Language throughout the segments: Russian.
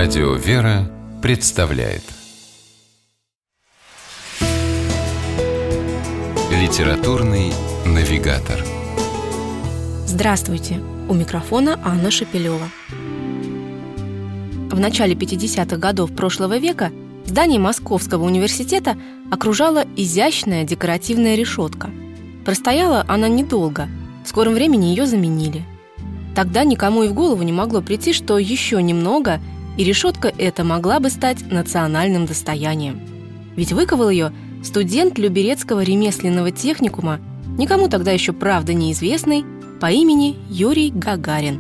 Радио «Вера» представляет Литературный навигатор. Здравствуйте! У микрофона Анна Шепелева. В начале 50-х годов прошлого века здание Московского университета окружала изящная декоративная решетка. Простояла она недолго, в скором времени ее заменили. Тогда никому и в голову не могло прийти, что еще немного, и решетка эта могла бы стать национальным достоянием. Ведь выковал ее студент Люберецкого ремесленного техникума, никому тогда еще правда неизвестный, по имени Юрий Гагарин.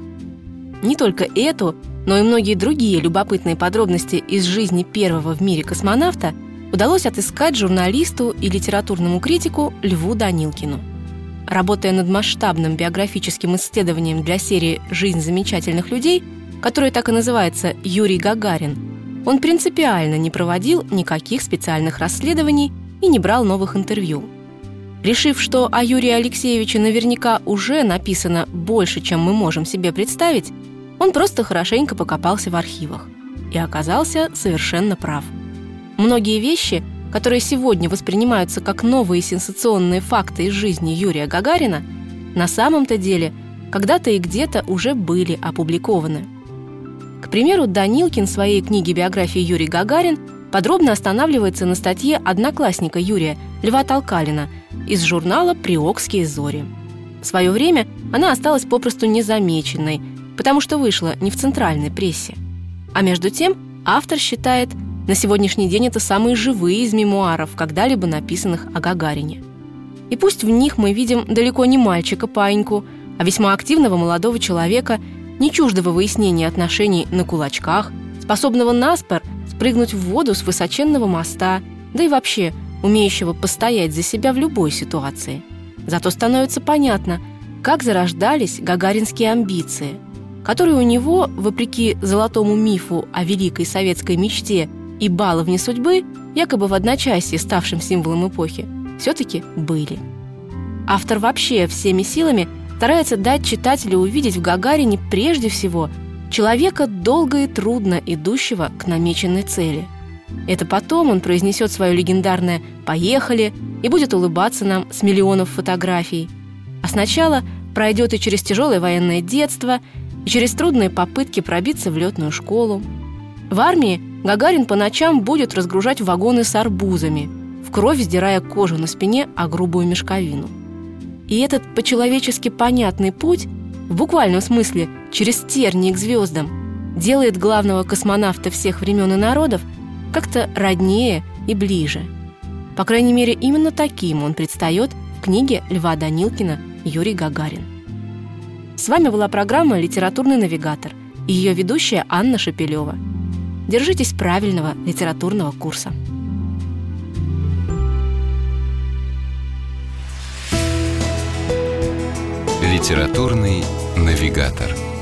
Не только эту, но и многие другие любопытные подробности из жизни первого в мире космонавта удалось отыскать журналисту и литературному критику Льву Данилкину. Работая над масштабным биографическим исследованием для серии «Жизнь замечательных людей», которая так и называется «Юрий Гагарин», он принципиально не проводил никаких специальных расследований и не брал новых интервью. Решив, что о Юрии Алексеевиче наверняка уже написано больше, чем мы можем себе представить, он просто хорошенько покопался в архивах и оказался совершенно прав. Многие вещи, которые сегодня воспринимаются как новые сенсационные факты из жизни Юрия Гагарина, на самом-то деле когда-то и где-то уже были опубликованы. К примеру, Данилкин в своей книге «Биография Юрий Гагарин» подробно останавливается на статье одноклассника Юрия, Льва Толкалина, из журнала «Приокские зори». В свое время она осталась попросту незамеченной, потому что вышла не в центральной прессе. А между тем автор считает, на сегодняшний день это самые живые из мемуаров, когда-либо написанных о Гагарине. И пусть в них мы видим далеко не мальчика-паиньку, а весьма активного молодого человека, не чуждого выяснения отношений на кулачках, способного наспор спрыгнуть в воду с высоченного моста, да и вообще умеющего постоять за себя в любой ситуации. Зато становится понятно, как зарождались гагаринские амбиции, которые у него, вопреки золотому мифу о великой советской мечте и баловне судьбы, якобы в одночасье ставшим символом эпохи, все-таки были. Автор вообще всеми силами старается дать читателю увидеть в Гагарине прежде всего человека долго и трудно идущего к намеченной цели. Это потом он произнесет свое легендарное «Поехали» и будет улыбаться нам с миллионов фотографий. А сначала пройдет и через тяжелое военное детство, и через трудные попытки пробиться в летную школу. В армии Гагарин по ночам будет разгружать вагоны с арбузами, в кровь сдирая кожу на спине о грубую мешковину. И этот по-человечески понятный путь, в буквальном смысле через тернии к звездам, делает главного космонавта всех времен и народов как-то роднее и ближе. По крайней мере, именно таким он предстает в книге Льва Данилкина «Юрий Гагарин». С вами была программа «Литературный навигатор» и ее ведущая Анна Шепелева. Держитесь правильного литературного курса. Литературный навигатор.